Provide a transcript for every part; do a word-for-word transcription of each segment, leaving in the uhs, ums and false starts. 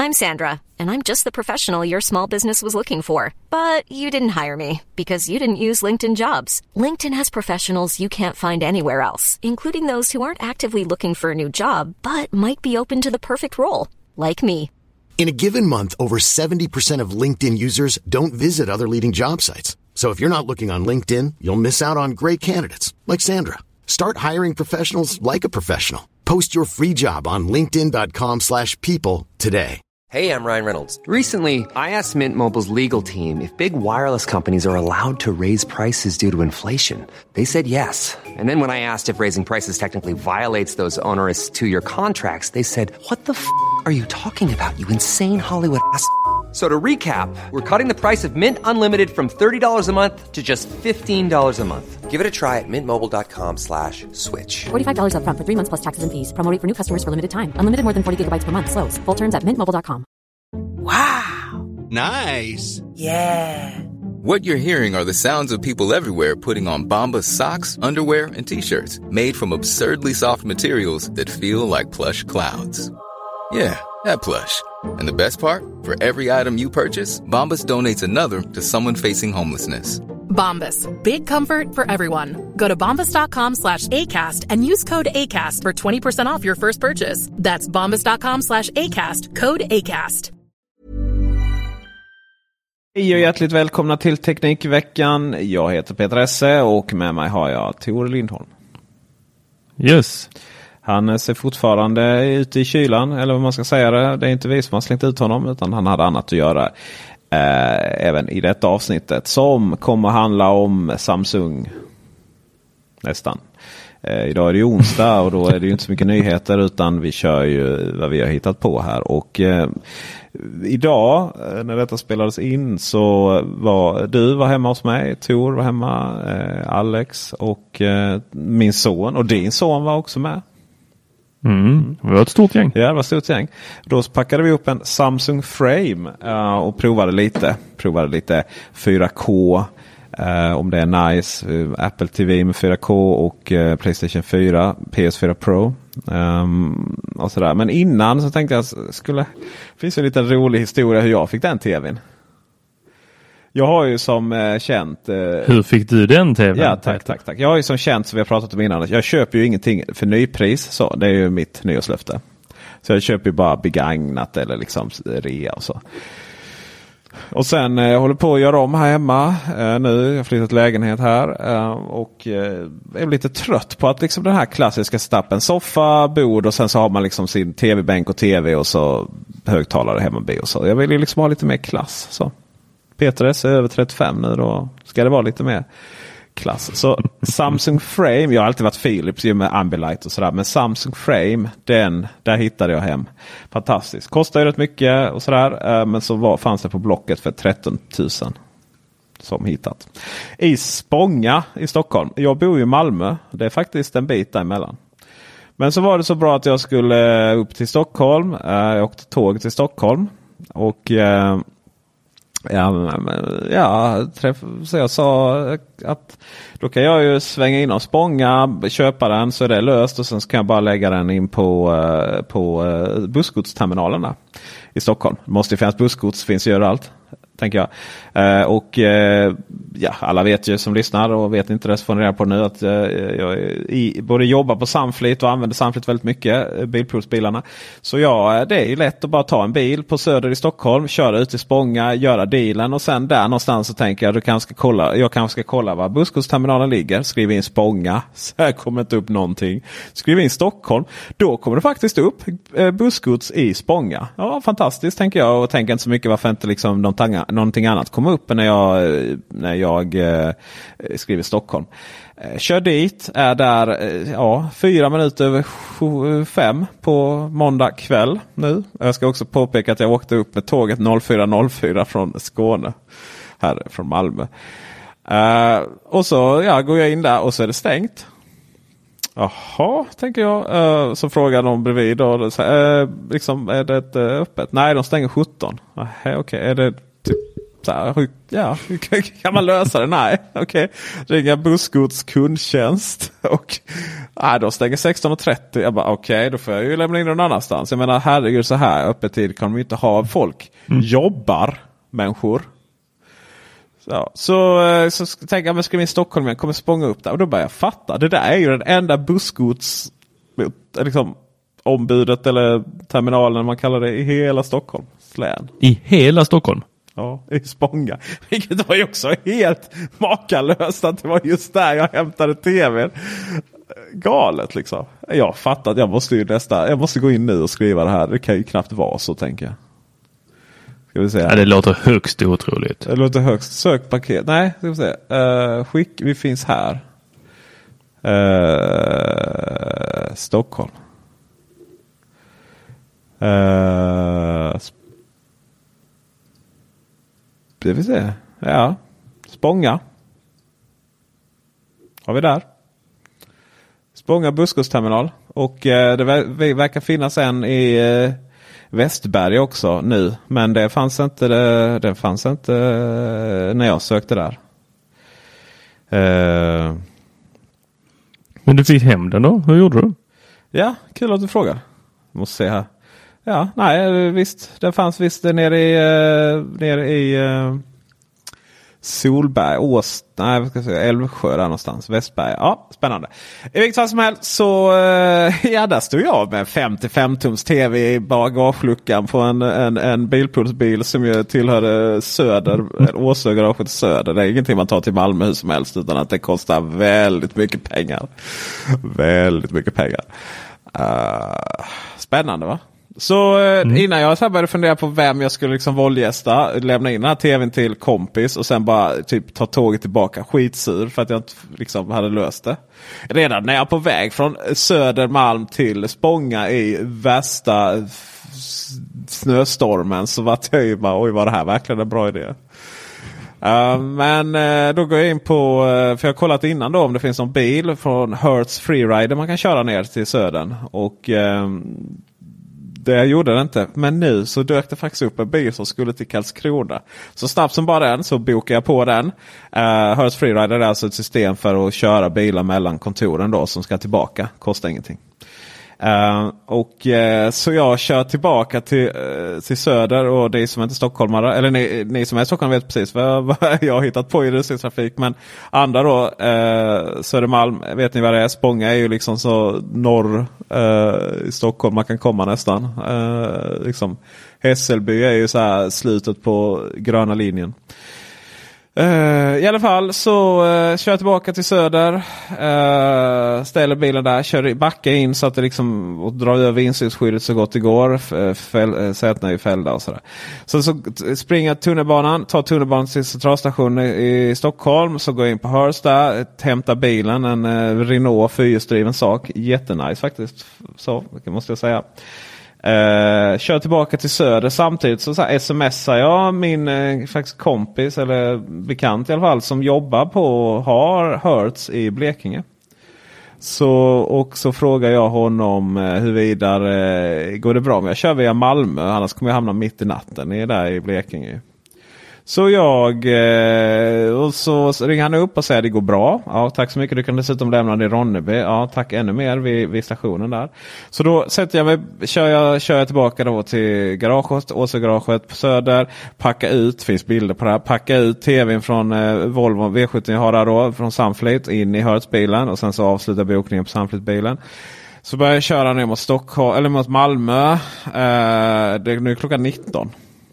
I'm Sandra, and I'm just the professional your small business was looking for. But you didn't hire me because you didn't use LinkedIn Jobs. LinkedIn has professionals you can't find anywhere else, including those who aren't actively looking for a new job, but might be open to the perfect role, like me. In a given month, over seventy percent of LinkedIn users don't visit other leading job sites. So if you're not looking on LinkedIn, you'll miss out on great candidates, like Sandra. Start hiring professionals like a professional. Post your free job on linkedin dot com slash people today. Hey, I'm Ryan Reynolds. Recently, I asked Mint Mobile's legal team if big wireless companies are allowed to raise prices due to inflation. They said yes. And then when I asked if raising prices technically violates those onerous two-year contracts, they said, what the f*** are you talking about, you insane Hollywood ass f- So to recap, we're cutting the price of Mint Unlimited from thirty dollars a month to just fifteen dollars a month. Give it a try at mintmobile.com slash switch. forty-five dollars up front for three months plus taxes and fees. Promo rate for new customers for limited time. Unlimited more than forty gigabytes per month. Slows full terms at mint mobile dot com. Wow. Nice. Yeah. What you're hearing are the sounds of people everywhere putting on Bombas socks, underwear, and T-shirts made from absurdly soft materials that feel like plush clouds. Yeah, that plush. And the best part? For every item you purchase, Bombas donates another to someone facing homelessness. Bombas. Big comfort for everyone. Go to bombas.com slash ACAST and use code ACAST for twenty percent off your first purchase. That's bombas.com slash ACAST. Code ACAST. Hej och hjärtligt välkomna till Teknikveckan. Jag heter Peter Esse och med mig har jag Tor Lindholm. Yes. Han ser fortfarande ute i kylan, eller vad man ska säga det. Det är inte vi som har slängt ut honom, utan han hade annat att göra eh, även i detta avsnittet. Som kommer handla om Samsung nästan. Eh, idag är det onsdag och då är det ju inte så mycket nyheter, utan vi kör ju vad vi har hittat på här. Och eh, idag när detta spelades in så var du var hemma hos mig, Tor var hemma, eh, Alex och eh, min son och din son var också med. Mm, det var ett stort gäng. Ja, det var ett stort gäng. Då packade vi upp en Samsung Frame uh, och provade lite. Provade lite fyra K. Uh, om det är nice. Uh, Apple T V med fyra K och uh, PlayStation fyra, P S fyra Pro. Um, och sådär. Men innan så tänkte jag skulle... Det finns en liten rolig historia hur jag fick den tvn. Jag har ju som eh, känt... Eh, Hur fick du den tvn? Ja, tack, tack, tack. Jag har ju som känt, som vi har pratat om innan, jag köper ju ingenting för nypris. Så det är ju mitt nyårslöfte. Så jag köper ju bara begagnat eller liksom rea och så. Och sen eh, jag håller på att göra om här hemma eh, nu. Jag har flyttat lägenhet här. Eh, och eh, är lite trött på att liksom den här klassiska stappen. Soffa, bord och sen så har man liksom sin tv-bänk och tv och så högtalare hemma och så. Jag vill ju liksom ha lite mer klass så. Peter S är över trettiofem nu, då ska det vara lite mer klass. Så Samsung Frame, jag har alltid varit Philips ju med Ambilight och sådär, men Samsung Frame, den, där hittade jag hem. Fantastiskt. Kostar ju rätt mycket och sådär, men så var, fanns det på Blocket för tretton tusen som hittat. I Spånga i Stockholm. Jag bor ju i Malmö, det är faktiskt en bit däremellan. Men så var det så bra att jag skulle upp till Stockholm. Jag åkte tåg till Stockholm och... Ja, ja träff, så jag sa att då kan jag ju svänga in och Spånga, köpa den så är det löst och sen ska jag bara lägga den in på, på bussgodsterminalerna i Stockholm. Det måste ju finnas bussgods, finns ju överallt, tänker jag. Eh, och eh, ja, alla vet ju som lyssnar och vet inte det så får ni reda på nu att eh, jag i, både jobbar på Samflit och använder Samflit väldigt mycket, bilprovsbilarna. Så ja, det är ju lätt att bara ta en bil på Söder i Stockholm, köra ut till Spånga, göra dealen och sen där någonstans så tänker jag, du kanske ska kolla, jag kanske ska kolla var bussgodsterminalen ligger, skriv in Spånga, så här kommer inte upp någonting. Skriv in Stockholm, då kommer det faktiskt upp eh, bussgods i Spånga. Ja, fantastiskt tänker jag och tänker inte så mycket varför inte liksom någonting, någonting annat kommer upp när jag, när jag eh, skriver Stockholm. Eh, kör dit, är där eh, ja, fyra minuter över sju, fem på måndag kväll nu. Jag ska också påpeka att jag åkte upp med tåget noll fyra noll fyra från Skåne, här från Malmö. Eh, och så ja, går jag in där och så är det stängt. Jaha, tänker jag. Uh, så frågar de bredvid då, så, uh, liksom, är det ett, uh, öppet? Nej, de stänger sjutton. Uh, Okej, okay. Är det typ Så här, hur, ja, hur kan man lösa det? Nej, okej. Okay. Ringa bussgods kundtjänst. Och nej, de stänger sexton och trettio. Jag bara okej, okay, då får jag ju lämna in någon annanstans. Jag menar, herregud, så här öppettid kan de inte ha. Folk mm. jobbar, människor. Så, så, så tänker jag, men ska vi i Stockholm, jag kommer spånga upp där. Och då börjar jag fatta. Det där är ju den enda bussgods liksom, ombudet eller terminalen man kallar det i hela Stockholms län. I hela Stockholm? Ja, i Spånga. Vilket var ju också helt makalöst att det var just där jag hämtade tvn. Galet liksom. Jag fattar att jag måste ju nästa, jag måste gå in nu och skriva det här. Det kan ju knappt vara så, tänker jag. Ska vi se. Ja, det låter högst otroligt. Det låter högst. Sökpaket. Nej, ska vi se. Uh, skick, vi finns här. Uh, Stockholm. Uh, det vill se. Ja. Spånga. Har vi där. Spånga bussgodsterminal. Och uh, det ver- verkar finnas en i uh, Västberg också nu. Men det fanns inte, det, det fanns inte uh, när jag sökte där. Uh, Men du fick hem den då? Hur gjorde du? Ja, kul att du frågar. Måste se här. Ja, nej visst. Det fanns visst nere i, uh, nere i uh, Solberg, Ås, nej vad ska jag säga, Älvsjö där någonstans, Västberg. Ja, spännande. I vilket fall som helst så, uh, ja där stod jag med femtiofem tums tv i bagageluckan på en, en, en bilpulsbil som ju tillhörde Söder, Åsögaraget Söder. Det är ingenting man tar till Malmö hur som helst utan att det kostar väldigt mycket pengar. väldigt mycket pengar. Uh, spännande va? Så mm. innan jag så här började fundera på vem jag skulle liksom våldgästa, lämna in den här tvn till kompis och sen bara typ ta tåget tillbaka skitsur för att jag inte liksom hade löst det. Redan när jag är på väg från Södermalm till Spånga i värsta snöstormen så var jag ju bara, oj var det här verkligen en bra idé. Uh, men uh, då går jag in på, uh, för jag har kollat innan då om det finns någon bil från Hertz Freerider man kan köra ner till Södern och uh, det gjorde det inte. Men nu så dök det faktiskt upp en bil som skulle till Karlskrona. Så snabbt som bara den så bokar jag på den. Uh, Hertz Freerider är alltså ett system för att köra bilar mellan kontoren då som ska tillbaka. Kostar ingenting. Uh, och uh, så jag kör tillbaka till, uh, till Söder och ni som inte är stockholmare, eller ni, ni som är Stockholm vet precis vad, vad jag har hittat på i rusningstrafik, men andra då uh, Södermalm, vet ni vad det är? Spånga är ju liksom så norr uh, i Stockholm man kan komma nästan uh, liksom Hässelby är ju så här slutet på gröna linjen. Uh, I alla fall så uh, kör jag tillbaka till Söder, uh, ställer bilen där, kör backa in så att det liksom och drar över insynsskyddet så gott det går, fäl, sätena är ju fällda och sådär. Så, så springer jag tunnelbanan, tar tunnelbanan till centralstationen i, i Stockholm, så går jag in på Hertz där, hämtar bilen, en uh, Renault fyrhjulsdriven sak, jättenice faktiskt, så måste jag säga. Uh, kör tillbaka till Söder samtidigt så, så här, smsar jag min uh, faktiskt kompis eller bekant i alla fall som jobbar på har Hertz i Blekinge. Så, och så frågar jag honom uh, huruvida uh, går det bra om jag kör via Malmö, annars kommer jag hamna mitt i natten i där i Blekinge. Så jag eh, och så ringer han upp och säger det går bra. Ja, tack så mycket. Du kan dessutom lämna det i Ronneby. Ja, tack ännu mer vid, vid stationen där. Så då sätter jag mig, kör jag, kör jag tillbaka då till garaget, Åsögaraget på Söder. Packa ut, finns bilder på det här. Packa ut tvn från eh, Volvo V sjuttio jag har där då, från Sunfleet in i Hertz-bilen. Och sen så avslutar bokningen på Sunfleet-bilen. Så börjar jag köra ner mot Stockholm, eller mot Malmö. Eh, det är nu klockan nitton.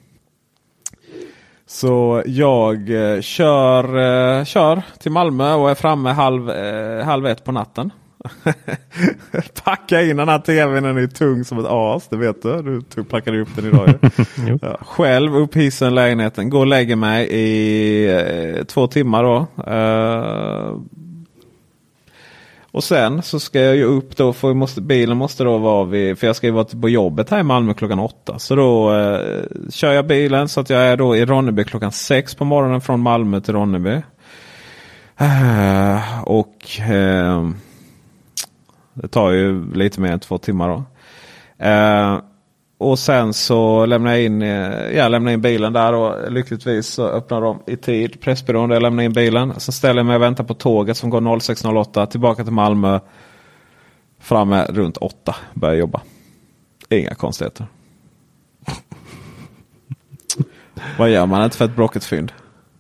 Så jag eh, kör, eh, kör till Malmö och är framme halv, eh, halv ett på natten. Packa in den här tvn, den är tung som ett as, det vet du. Du tog, packade upp den idag. Ja, själv upp hissen lägenheten, går och lägger mig i eh, två timmar då. Eh, Och sen så ska jag ju upp då, för måste, bilen måste då vara vid, för jag ska ju vara på jobbet här i Malmö klockan åtta. Så då eh, kör jag bilen så att jag är då i Ronneby klockan sex på morgonen från Malmö till Ronneby. Eh, och eh, det tar ju lite mer än två timmar då. Eh, och sen så lämnar jag in, jag lämnar in bilen där och lyckligtvis så öppnar de i tid Pressbyrån där jag lämnar in bilen. Så ställer jag mig och väntar på tåget som går noll sex noll åtta tillbaka till Malmö. Framme runt åtta börjar jobba. Inga konstigheter. Vad gör man inte för ett Blocket-fynd?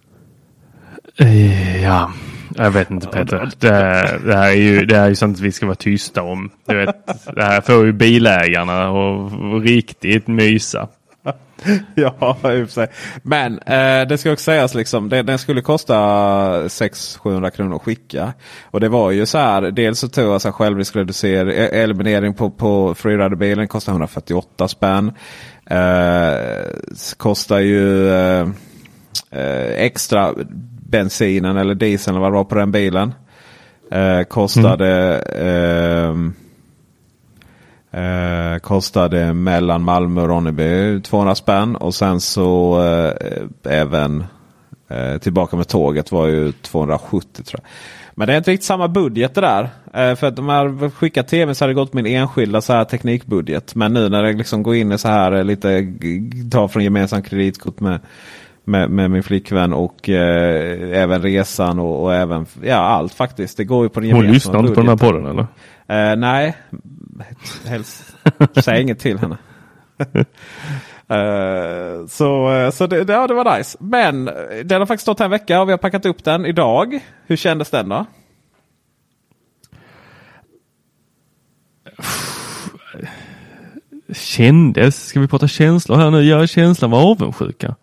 Ja, jag vet inte Peter. Det, det, här är ju, det här är ju sånt vi ska vara tysta om. Du vet, det här får ju bilägarna och, och riktigt mysa. Ja, i och för sig. Men eh, det ska också sägas liksom, det, den skulle kosta sex till sjuhundra kronor att skicka. Och det var ju så här, dels så tog jag så här självriskreducering, eliminering på, på freerider-bilen kostar hundrafyrtioåtta spänn. Eh, kostar ju eh, eh, extra bensinen eller dieseln eller vad det var på den bilen. Eh, kostade... Mm. Eh, Eh, kostade mellan Malmö och Ronneby tvåhundra spänn och sen så eh, även eh, tillbaka med tåget var ju tvåhundrasjuttio tror jag. Men det är inte riktigt samma budget det där. Eh, för att de här skickat tv så hade det gått min enskilda så här teknikbudget. Men nu när det liksom går in i så här lite ta från gemensam kreditkort med, med, med min flickvän och eh, även resan och, och även ja allt faktiskt. Det går ju på den gemensamma. Hon lyssnar inte på den här podden eller? Eh, nej, helst säg inget till henne. uh, så så det, ja, det var nice. Men den har faktiskt stått här en vecka och vi har packat upp den idag. Hur kändes den då? Kändes? Ska vi prata känslor här nu? Ja, känslan var avundsjuka.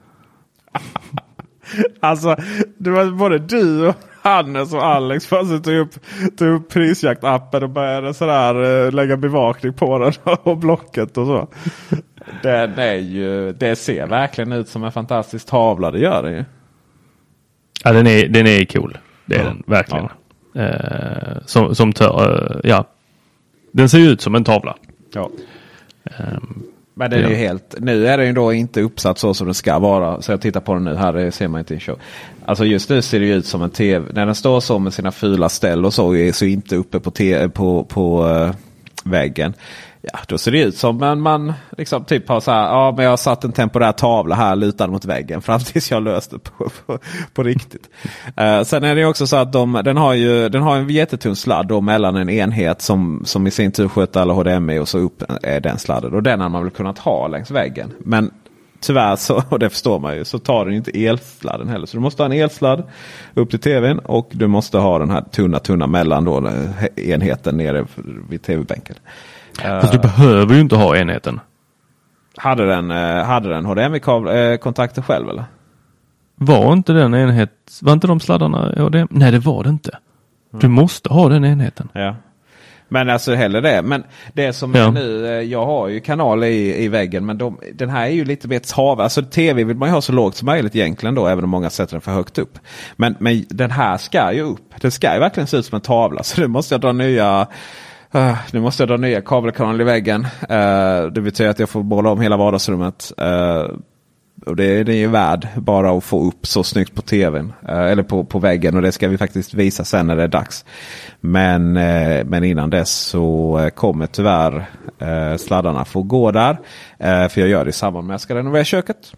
Alltså, det var både du och Hannes och Alex fast tog upp, tog upp prisjaktappen och började sådär äh, lägga bevakning på den och Blocket och så. Den är ju, det ser verkligen ut som en fantastisk tavla, det gör det ju. Ja, den är, den är cool. Det är ja. den, verkligen. Ja. Eh, som, som tör, uh, ja. Den ser ju ut som en tavla. Ja. Um, Men den ja. är ju helt, nu är den ju då inte uppsatt så som den ska vara. Så jag tittar på den nu här, det ser man inte i en show. Alltså just nu ser det ju ut som en tv. När den står så med sina fula ställ och så är så inte uppe på, te, på, på uh, väggen. Ja, då ser det ut som en man liksom typ har så här, ja men jag har satt en temporär tavla här lutad mot väggen fram tills jag löste på, på, på riktigt. Uh, sen är det också så att de, den har ju den har en jättetunn sladd då mellan en enhet som, som i sin tur sköter alla H D M I och så upp är den sladden. Och den har man väl kunnat ha längs väggen. Men tyvärr så, och det förstår man ju, så tar den inte elsladden heller. Så du måste ha en elsladd upp till tvn och du måste ha den här tunna tunna mellan då enheten nere vid tv-bänken. Fast du behöver ju inte ha enheten. Hade den, hade den H D M I-kontakter själv eller? Var inte den enhet, var inte de sladdarna H D M I? Nej, det var det inte. Du måste ha den enheten. Ja. Men alltså heller det. Men det som ja. är nu, jag har ju kanal i, i väggen men de, den här är ju lite mer tav. Alltså tv vill man ju ha så lågt som möjligt egentligen då, även om många sätter den för högt upp. Men, men den här ska ju upp. Den ska ju verkligen se ut som en tavla. Så nu måste jag dra nya... Uh, nu måste jag dra nya kabelkanaler i väggen. Uh, det betyder att jag får måla om hela vardagsrummet. Uh, och det, det är ju värd bara att få upp så snyggt på tvn. Uh, eller på, på väggen. Och det ska vi faktiskt visa sen när det är dags. Men, uh, men innan dess så uh, kommer tyvärr uh, sladdarna få gå där. Uh, för jag gör det i samband med att jag ska renovera köket.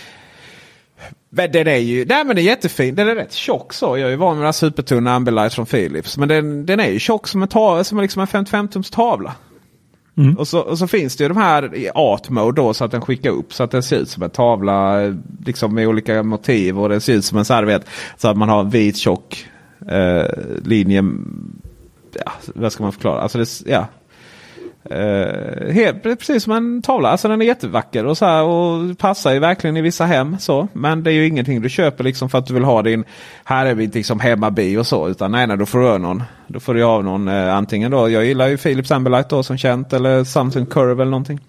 Men den är ju, nej men den är jättefin. Den är rätt tjock så. Jag är ju van med den här supertunna Ambilight från Philips. Men den, den är ju tjock som en tavla, som liksom en femtiofem tums tavla. Mm. Och, så, och så finns det ju de här i art mode då så att den skickar upp så att den ser ut som en tavla liksom med olika motiv och den ser ut som en servet. Så att man har en vit tjock eh, linje. Ja, vad ska man förklara? Alltså det, ja. Uh, helt, precis som en tavla. Alltså den är jättevacker och, så här, och passar ju verkligen i vissa hem så. Men det är ju ingenting du köper liksom för att du vill ha din, här är vi liksom hemmabi och så, utan nej, nej då får du någon, då får du ha någon uh, antingen då, jag gillar ju Philips Ambilight då som känt, eller Samsung Curve eller någonting.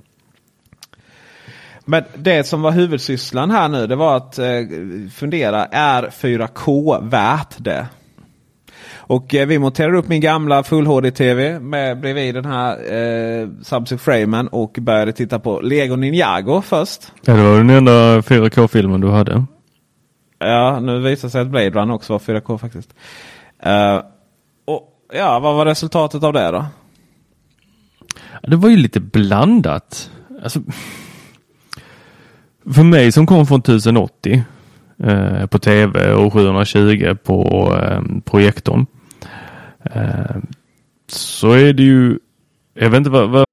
Men det som var huvudsysslan här nu, det var att uh, fundera, är fyra K värt det? Och eh, vi monterade upp min gamla Full H D-T V med bredvid den här eh, Samsung Framen och började titta på Lego Ninjago först. Ja, det var den enda fyra K-filmen du hade. Ja, nu visar sig att Blade Runner också var fyra K faktiskt. Uh, och ja, vad var resultatet av det då? Det var ju lite blandat. alltså, för mig som kom från tusen åttio eh, på tv och sjuhundratjugo på eh, projektorn, eh, så är det ju, jag vet inte vad, vad...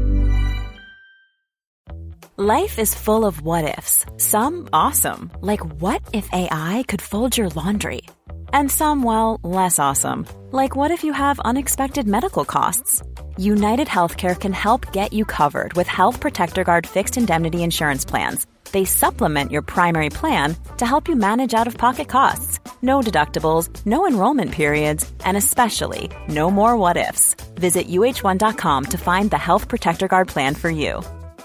Life is full of what ifs. Some awesome, like what if A I could fold your laundry? And some, well, less awesome, like what if you have unexpected medical costs? United Healthcare can help get you covered with Health Protector Guard fixed indemnity insurance plans. They supplement your primary plan to help you manage out-of-pocket costs. No deductibles, no enrollment periods, and especially no more what-ifs. Visit U H one dot com to find the Health Protector Guard plan for you.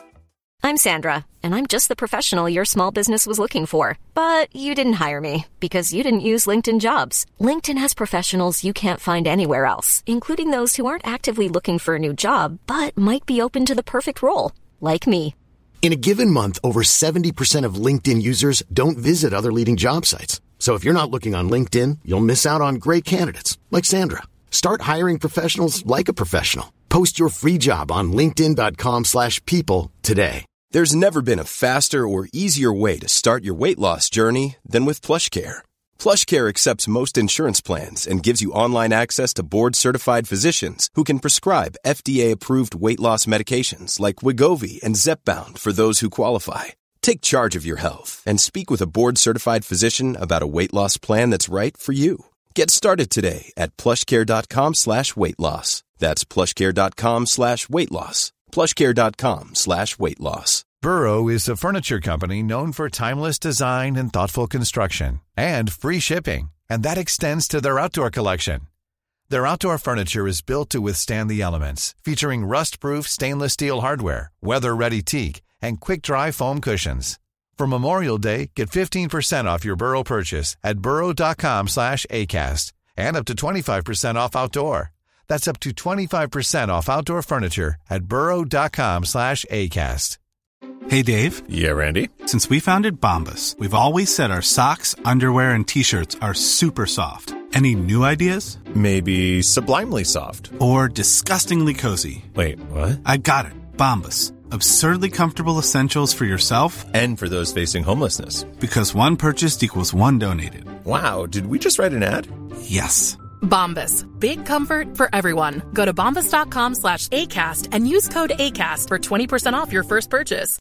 I'm Sandra, and I'm just the professional your small business was looking for. But you didn't hire me because you didn't use LinkedIn Jobs. LinkedIn has professionals you can't find anywhere else, including those who aren't actively looking for a new job, but might be open to the perfect role, like me. In a given month, over seventy percent of LinkedIn users don't visit other leading job sites. So if you're not looking on LinkedIn, you'll miss out on great candidates like Sandra. Start hiring professionals like a professional. Post your free job on linkedin dot com slash people today. There's never been a faster or easier way to start your weight loss journey than with PlushCare. PlushCare accepts most insurance plans and gives you online access to board-certified physicians who can prescribe F D A-approved weight loss medications like Wegovy and Zepbound for those who qualify. Take charge of your health and speak with a board-certified physician about a weight loss plan that's right for you. Get started today at plushcare.com slash weight loss. That's plushcare.com slash weight loss. plushcare.com slash weight loss. Burrow is a furniture company known for timeless design and thoughtful construction and free shipping, and that extends to their outdoor collection. Their outdoor furniture is built to withstand the elements, featuring rust-proof stainless steel hardware, weather-ready teak, and quick-dry foam cushions. For Memorial Day, get fifteen percent off your Burrow purchase at burrow.com slash ACAST and up to twenty-five percent off outdoor. That's up to twenty-five percent off outdoor furniture at burrow.com slash ACAST. Hey, Dave. Yeah, Randy. Since we founded Bombas, we've always said our socks, underwear, and T-shirts are super soft. Any new ideas? Maybe sublimely soft. Or disgustingly cozy. Wait, what? I got it. Bombas. Absurdly comfortable essentials for yourself and for those facing homelessness. Because one purchased equals one donated. Wow, did we just write an ad? Yes. Bombas. Big comfort for everyone. Go to bombas.com slash ACAST and use code ACAST for twenty percent off your first purchase.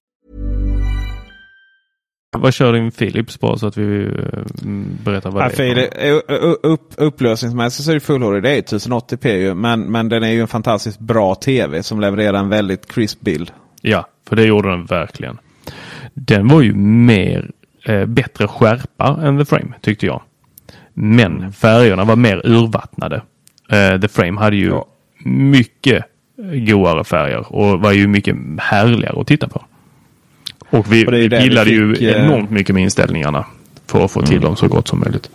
Vad kör din Philips på så att vi uh, berättar vad ja, det är? Upp, upp, upplösningsmässigt så är det full H D. Det är tusen åttio p ju, men, men den är ju en fantastiskt bra tv som levererar en väldigt crisp bild. Ja, för det gjorde den verkligen. Den var ju mer eh, bättre skärpa än The Frame, tyckte jag. Men färgerna var mer urvattnade. Uh, The Frame hade ju ja. mycket godare färger och var ju mycket härligare att titta på. Och vi, och vi gillade vi fick, ju enormt mycket med inställningarna för att få till mm. dem så gott som möjligt.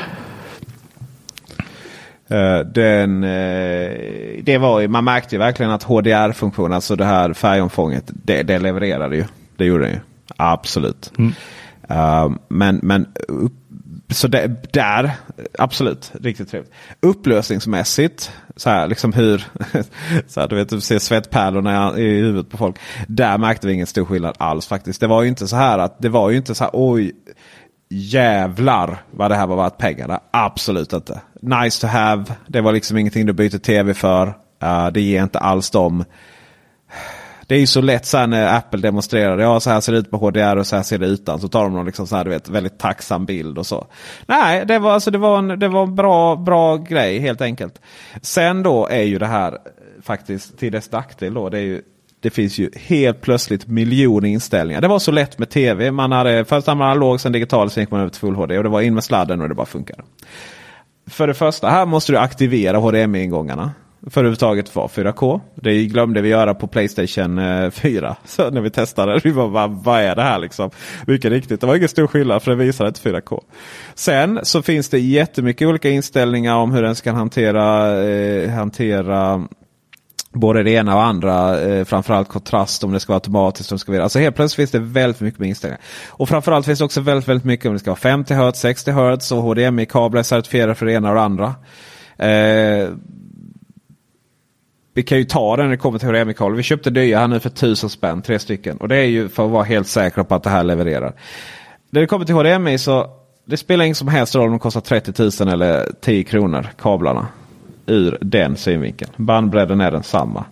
Uh, den, uh, det var ju, man märkte ju verkligen att H D R-funktionen, alltså det här färgomfånget, det, det levererade ju. Det gjorde den ju. Absolut. Mm. Uh, men men upp, så det, där, absolut, riktigt trevligt. Upplösningsmässigt, så här, liksom hur, så här, du vet, du ser svettpärlorna i huvudet på folk. Där märkte vi ingen stor skillnad alls faktiskt. Det var ju inte så här att, det var ju inte så här, oj, jävlar vad det här var värt pengarna. Absolut inte. Nice to have. Det var liksom ingenting du byter tv för. Uh, det ger inte alls dem. Det är ju så lätt så här när Apple demonstrerar. Ja, så här ser det ut på H D R och så här ser det utan. Så tar de någon liksom så här, du vet, väldigt tacksam bild och så. Nej, det var, alltså, det var en, det var en bra, bra grej helt enkelt. Sen då är ju det här faktiskt till dess nackdel då. Det, är ju, det finns ju helt plötsligt miljoner inställningar. Det var så lätt med tv. Man hade, först hade man analog, sen digital, så gick man över till Full H D. Och det var in med sladden och det bara funkar. För det första, här måste du aktivera H D M I-ingångarna. För överhuvudtaget var fyra K. Det glömde vi göra på PlayStation fyra. Så när vi testade, vi var bara, vad är det här liksom? Mycket riktigt, det var ingen stor skillnad för det visade inte fyra K. Sen så finns det jättemycket olika inställningar om hur den ska hantera, eh, hantera både det ena och andra. Eh, framförallt kontrast, om det ska vara automatiskt. Om det ska vara, alltså helt plötsligt finns det väldigt mycket med inställningar. Och framförallt finns det också väldigt, väldigt mycket om det ska vara femtio hertz, sextio hertz och H D M I-kablar certifierade för det ena och det andra. Eh, vi kan ju ta den när det kommer till H D M I-kabel. Vi köpte nya här nu för tusen spänn, tre stycken. Och det är ju för att vara helt säkra på att det här levererar. När det kommer till H D M I så det spelar ingen som helst roll om de kostar trettio tusen eller tio kronor, kablarna. Ur den synvinkeln. Bandbredden är den samma.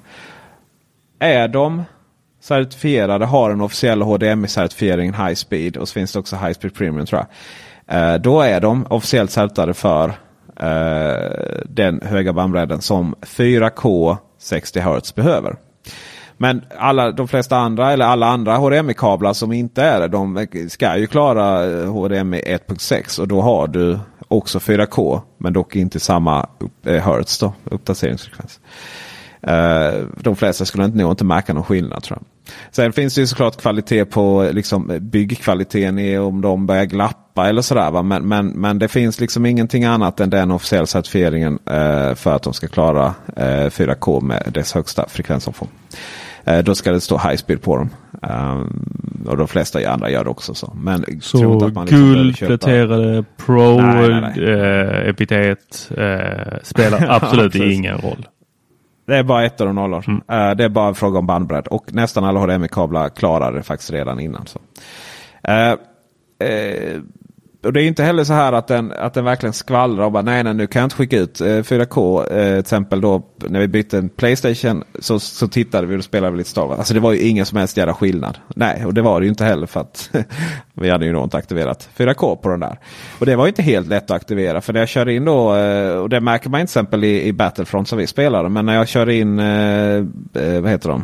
Är de certifierade, har en officiell H D M I-certifiering High Speed och så finns det också High Speed Premium tror jag. Eh, då är de officiellt certifierade för eh, den höga bandbredden som fyra K sextio hertz behöver. Men alla, de flesta andra eller alla andra H D M I-kablar som inte är det, de ska ju klara H D M I ett punkt sex och då har du också fyra K men dock inte samma upp, eh, hertz då, uppdateringsfrekvens. Uh, de flesta skulle inte nog inte märka någon skillnad tror jag. Sen finns det ju såklart kvalitet på liksom, byggkvaliteten i om de börjar glappa eller sådär va? Men, men, men det finns liksom ingenting annat än den officiella certifieringen uh, för att de ska klara uh, fyra K med dess högsta frekvensomfång. Uh, då ska det stå high speed på dem. Um, och de flesta andra gör det också så. Men så tror inte att man liksom guldpläterade Pro nej, nej, nej. Uh, epitet uh, spelar absolut ingen roll. Det är bara ett och nollor. Mm. Uh, det är bara en fråga om bandbredd. Och nästan alla H D M I-kablar klarar det faktiskt redan innan. Så. Uh, uh, och det är inte heller så här att den, att den verkligen skvallrar och bara nej, nej nu kan jag inte skicka ut uh, fyra K. Uh, till exempel då när vi bytte en PlayStation så, så tittade vi och spelade vi lite Star Wars. Alltså det var ju ingen som helst jävla skillnad. Nej, och det var det ju inte heller för att vi hade ju då inte aktiverat fyra K på den där. Och det var ju inte helt lätt att aktivera för när jag kör in då, uh, och det märker man inte till exempel i, i Battlefront som vi spelade, men när jag kör in uh, uh, vad heter de?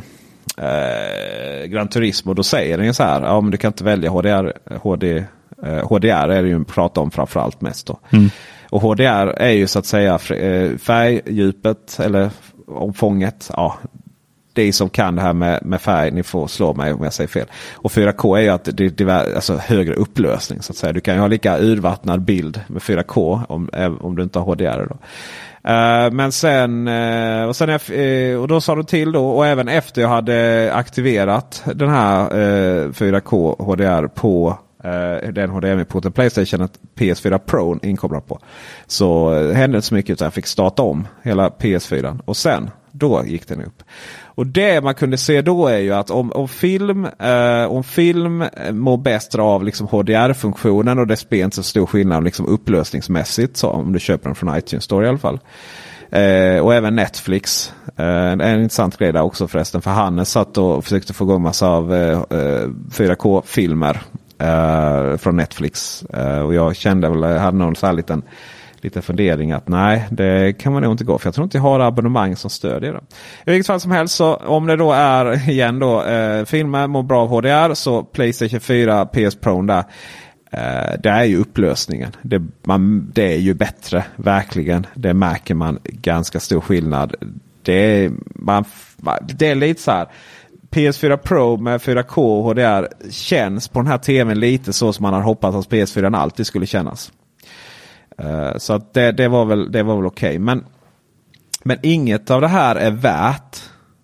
Uh, Gran Turismo, då säger den ju så här, ja men du kan inte välja H D R, H D H D R är det ju prata om framförallt mest då. Mm. Och H D R är ju så att säga färgdjupet eller omfånget. Ja, det är som kan det här med, med färg. Ni får slå mig om jag säger fel. Och fyra K är ju att det är alltså högre upplösning så att säga. Du kan ju ha lika urvattnad bild med fyra K om, om du inte har H D R då. Uh, men sen, uh, och, sen uh, och då sa du till då, och även efter jag hade aktiverat den här uh, fyra K H D R på Uh, den H D M I-porten PlayStation att P S fyra Pro inkopplad på. Så uh, hände inte så mycket utan jag fick starta om hela P S fyra. Och sen, då gick den upp. Och det man kunde se då är ju att om, om film uh, om film mår bäst av liksom H D R-funktionen och det spelar inte så stor skillnad liksom upplösningsmässigt så om du köper den från iTunes Store i alla fall. Uh, och även Netflix. Uh, en, en intressant grej där också förresten. För Hannes satt och försökte få igång massa av uh, uh, fyra K-filmer. Uh, från Netflix uh, och jag kände väl, jag hade någon så här liten, liten fundering att nej, det kan man nog inte gå för jag tror inte jag har abonnemang som stödjer det. I vilket fall som helst så om det då är igen då uh, filmer mår bra av H D R så PlayStation fyra P S Pro där uh, det är ju upplösningen det, man, det är ju bättre verkligen, det märker man ganska stor skillnad. Det är, man, det är lite så här P S fyra Pro med fyra K H D R känns på den här tvn lite så som man har hoppats att P S fyra alltid skulle kännas. Uh, så att det, det var väl, det var väl okej. Okay. Men, men inget av det här är värt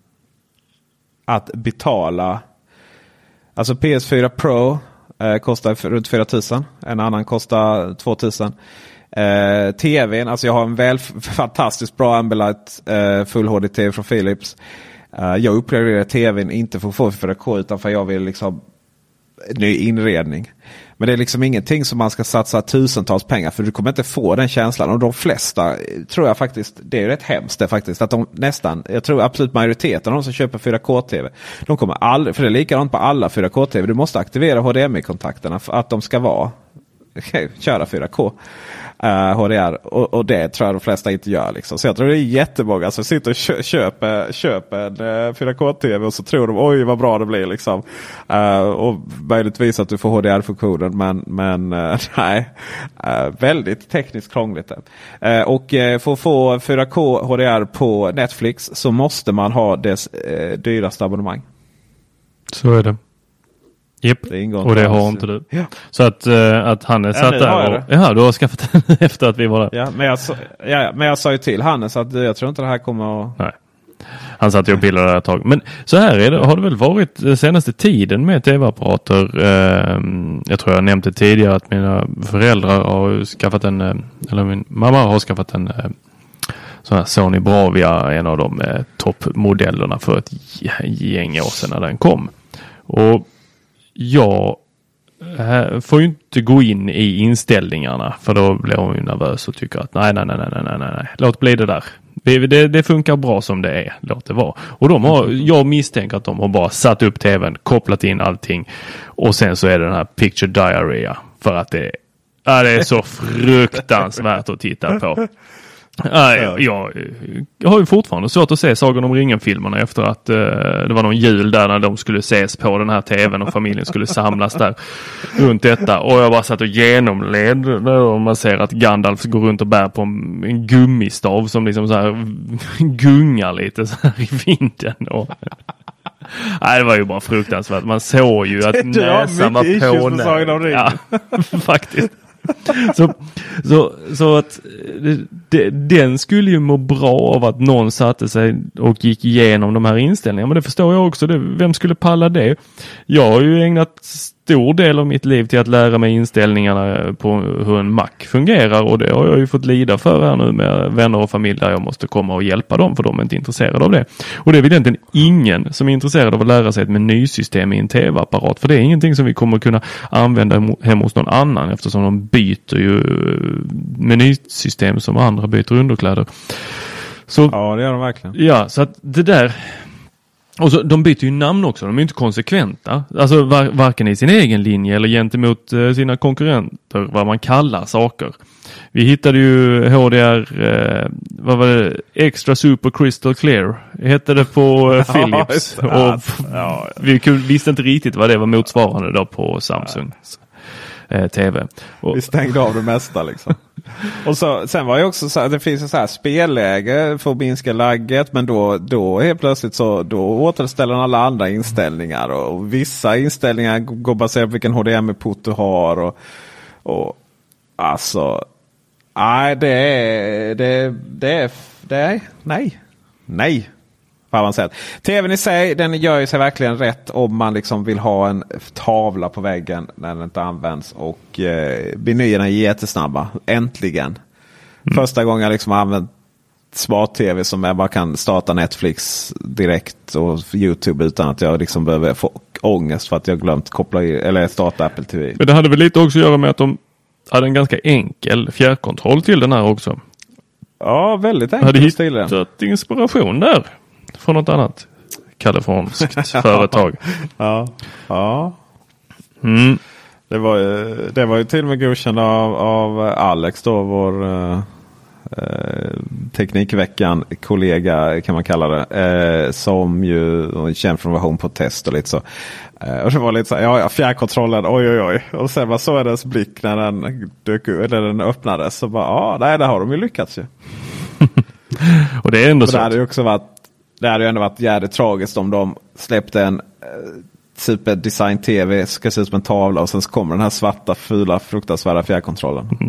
att betala. Alltså P S fyra Pro uh, kostar runt fyra tusen. En annan kostar två tusen. Uh, T V:n, alltså jag har en väl fantastiskt bra Ambilight uh, Full H D-T V från Philips. Uh, jag upplever att tvn inte får få fyra K utan för jag vill liksom ny inredning. Men det är liksom ingenting som man ska satsa tusentals pengar för du kommer inte få den känslan. Och de flesta tror jag faktiskt, det är ju rätt hemskt det faktiskt, att de nästan, jag tror absolut majoriteten av de som köper fyra K-T V, de kommer aldrig, för det är likadant på alla fyra K-T V, du måste aktivera H D M I-kontakterna för att de ska vara, köra fyra K. Uh, H D R och, och det tror jag de flesta inte gör liksom. Så jag tror det är jättemånga som sitter och kö- köper, köper en uh, fyra K-T V och så tror de oj vad bra det blir liksom. Uh, och möjligtvis att du får H D R-funktionen men, men uh, nej. Uh, väldigt tekniskt krångligt. Uh, och uh, för att få fyra K H D R på Netflix så måste man ha dess uh, dyraste abonnemang. Så är det. Yep. Det och det har inte du. Ja. Så att, uh, att Hannes ja, satt där och, ja, du har skaffat den efter att vi var där. Ja, men jag, sa, ja, men jag sa ju till Hannes att jag tror inte det här kommer att... Nej. Han satt ju och pillade där ett tag. Men så här är det, har det väl varit senaste tiden med tv-apparater. Uh, jag tror jag nämnde tidigare att mina föräldrar har skaffat en, eller min mamma har skaffat en uh, sån här Sony Bravia, en av de eh, toppmodellerna för ett gäng år sedan när den kom. Och jag eh, får ju inte gå in i inställningarna, för då blir hon ju nervös och tycker att nej, nej, nej, nej, nej, nej, låt bli det där. Det, det, det funkar bra som det är, låt det vara. Och de har, jag misstänker att de har bara satt upp tvn, kopplat in allting och sen så är det den här Picture Diarrhea, för att det, ja, det är så fruktansvärt att titta på. Ja, jag, jag, jag har ju fortfarande svårt att se Sagan om ringen-filmerna efter att uh, det var någon jul där när de skulle ses på den här tvn och familjen skulle samlas där runt detta. Och jag bara satt och genomled och man ser att Gandalf går runt och bär på en, en gummistav som liksom så här gungar lite så här i vinden. Och nej, det var ju bara fruktansvärt. Man såg ju att näsan var på när... Ja, faktiskt. så, så, så att det, den skulle ju må bra av att någon satte sig och gick igenom de här inställningarna. Men det förstår jag också. Det, vem skulle palla det? Jag har ju ägnat stor del av mitt liv till att lära mig inställningarna på hur en Mac fungerar, och det har jag ju fått lida för här nu med vänner och familj där jag måste komma och hjälpa dem, för de är inte intresserade av det. Och det är väl egentligen ingen som är intresserad av att lära sig ett menysystem i en tv-apparat, för det är ingenting som vi kommer kunna använda hemma hos någon annan, eftersom de byter ju menysystem som andra byter underkläder. Så, ja, det gör de verkligen. Ja, så att det där... Och så, de byter ju namn också, de är inte konsekventa. Alltså var, varken i sin egen linje eller gentemot eh, sina konkurrenter, vad man kallar saker. Vi hittade ju H D R, eh, vad var det? Extra Super Crystal Clear hette det på eh, Philips. Ja, och ja, vi visste inte riktigt vad det var motsvarande då på Samsung. Eh, T V. Och, vi stängde av det mesta liksom. Och så, sen var det också så här, det finns en så här spelläge för att minska lagget, men då, då helt plötsligt så då återställer alla andra inställningar, och vissa inställningar går baserat på vilken H D M I-port du har, och, och alltså nej, det är det, det är det är nej nej avancerat. T V:n i sig, den gör ju sig verkligen rätt om man liksom vill ha en tavla på väggen när den inte används, och eh, menyerna är jättesnabba. Äntligen. Mm. Första gången jag liksom har använt smart-tv som jag bara kan starta Netflix direkt och YouTube utan att jag liksom behöver få ångest för att jag glömt koppla i, eller starta Apple T V. Men det hade väl lite också att göra med att de hade en ganska enkel fjärrkontroll till den här också. Ja, väldigt enkel. Hade hittat inspiration där från något annat kaliforniskt företag. Ja, ja. Mm. Det var ju, det var ju till och med godkänd av, av Alex då, vår uh, uh, Teknikveckan kollega kan man kalla det, uh, som ju känd från version på test och lite så. Uh, och det var lite så ja, ja, fjärrkontrollen, oj oj oj. Och sen var så hennes blick när den dök eller den öppnades, så bara ja, nej, det har de ju lyckats ju. Och det är ändå så. Det hade ju också varit Det hade ju ändå varit jävligt tragiskt om de släppte en eh, superdesign-tv, ska se ut som en tavla, och sen så kommer den här svarta, fula, fruktansvärda fjärrkontrollen. Mm.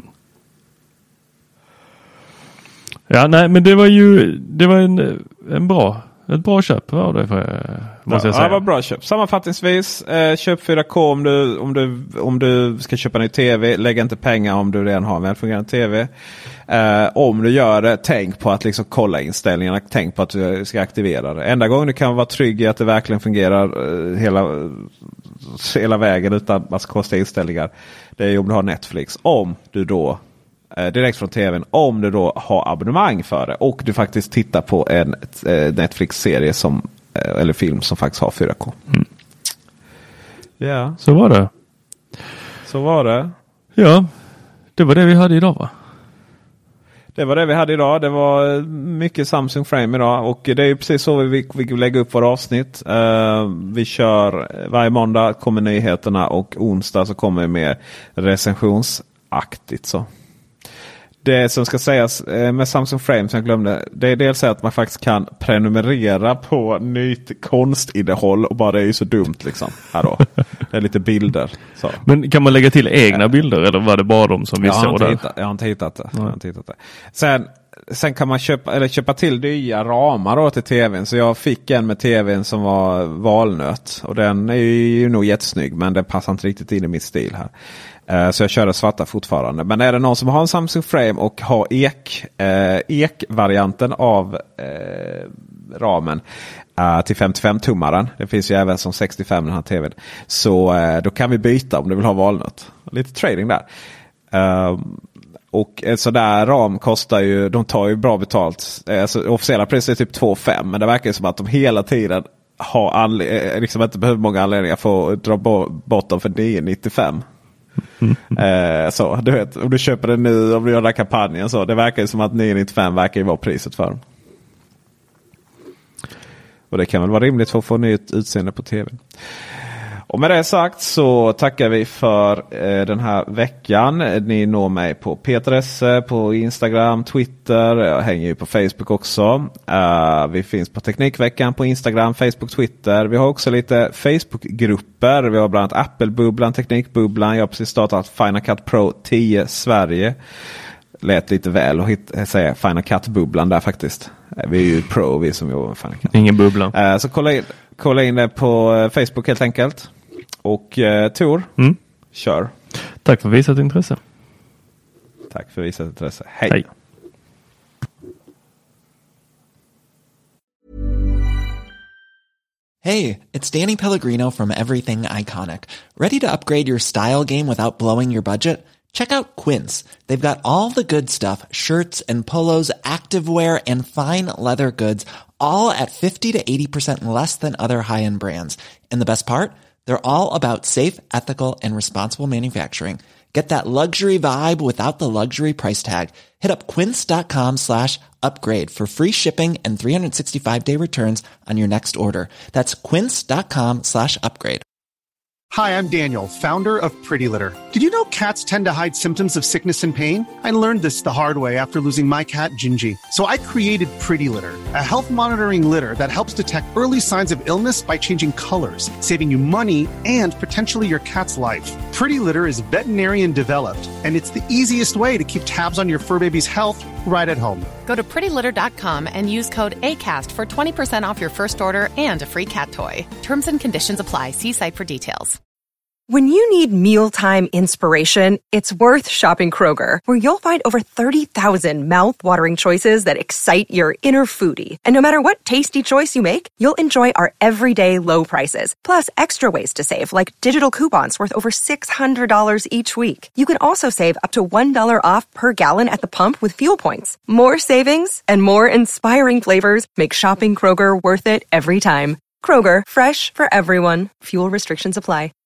Ja, nej, men det var ju det var en, en bra ett bra köp var det, för, måste ja, jag säga. Ja, det var bra köp. Sammanfattningsvis, eh, köp fyra K om du, om, du, om du ska köpa en ny tv. Lägg inte pengar om du redan har en välfungerande tv. Eh, om du gör det, tänk på att liksom kolla inställningarna. Tänk på att du ska aktivera det. Enda gången du kan vara trygg i att det verkligen fungerar eh, hela, hela vägen utan att kosta inställningar, det är om du har Netflix. Om du då direkt från tvn, om du då har abonnemang för det och du faktiskt tittar på en eh, Netflix-serie som eh, eller film som faktiskt har fyra K. Mm. Ja, så var det. Så var det. Ja, det var det vi hade idag, va? Det var det vi hade idag. Det var mycket Samsung Frame idag, och det är ju precis så vi, vi lägger upp våra avsnitt. Uh, vi kör varje måndag kommer nyheterna, och onsdag så kommer vi med recensionsaktigt så. Det som ska sägas med Samsung Frame som jag glömde, det är dels att man faktiskt kan prenumerera på nytt konstinnehåll, och bara det är ju så dumt liksom. Här då. Det är lite bilder. Så. Men kan man lägga till egna bilder, eller var det bara de som vi jag såg där? Hittat, jag har inte hittat det. Jag har inte hittat det. Sen sen kan man köpa, eller köpa till nya ramar då till tvn. Så jag fick en med tvn som var valnöt. Och den är ju nog jättesnygg, men den passar inte riktigt in i mitt stil här. Uh, så jag kör det svarta fortfarande. Men är det någon som har en Samsung Frame och har ek, uh, ek-varianten av uh, ramen uh, till femtiofem-tummaren. Det finns ju även som sextiofem den här tvn. Så uh, då kan vi byta om du vill ha valnöt. Lite trading där. Uh, och en sån där ram kostar ju, de tar ju bra betalt. Alltså, officiella priset är typ två komma fem, men det verkar ju som att de hela tiden har anle- liksom inte behöver många anledningar för att dra bort dem för nio nittiofem. Mm. Eh, så du vet, om du köper det nu, om du gör den här kampanjen, så det verkar ju som att nio nittiofem verkar ju vara priset för dem. Och det kan väl vara rimligt för att få nytt utseende på tv. Och med det sagt så tackar vi för eh, den här veckan. Ni når mig på Peter Esse på Instagram, Twitter. Jag hänger ju på Facebook också. Uh, vi finns på Teknikveckan på Instagram, Facebook, Twitter. Vi har också lite Facebook-grupper. Vi har bland annat Apple-bubblan, Teknikbubblan. Jag har precis startat Final Cut Pro tio Sverige. Lät lite väl att hit, säga Final Cut-bubblan där faktiskt. Vi är ju pro, vi som jobbar med Final Cut. Ingen bubbla. Uh, så kolla in, kolla in det på Facebook helt enkelt. Och eh, Tor, mm. kör. Tack för visat intresse. Tack för visat intresse. Hej. Hej. Hey, it's Danny Pellegrino from Everything Iconic. Ready to upgrade your style game without blowing your budget? Check out Quince. They've got all the good stuff, shirts and polos, activewear and fine leather goods, all at fifty to eighty percent less than other high-end brands. And the best part? They're all about safe, ethical, and responsible manufacturing. Get that luxury vibe without the luxury price tag. Hit up quince.com slash upgrade for free shipping and three sixty-five day returns on your next order. That's quince.com slash upgrade. Hi, I'm Daniel, founder of Pretty Litter. Did you know cats tend to hide symptoms of sickness and pain? I learned this the hard way after losing my cat, Gingy. So I created Pretty Litter, a health monitoring litter that helps detect early signs of illness by changing colors, saving you money and potentially your cat's life. Pretty Litter is veterinarian developed, and it's the easiest way to keep tabs on your fur baby's health right at home. Go to pretty litter dot com and use code ACAST for twenty percent off your first order and a free cat toy. Terms and conditions apply. See site for details. When you need mealtime inspiration, it's worth shopping Kroger, where you'll find over thirty thousand mouth-watering choices that excite your inner foodie. And no matter what tasty choice you make, you'll enjoy our everyday low prices, plus extra ways to save, like digital coupons worth over six hundred dollars each week. You can also save up to one dollar off per gallon at the pump with fuel points. More savings and more inspiring flavors make shopping Kroger worth it every time. Kroger, fresh for everyone. Fuel restrictions apply.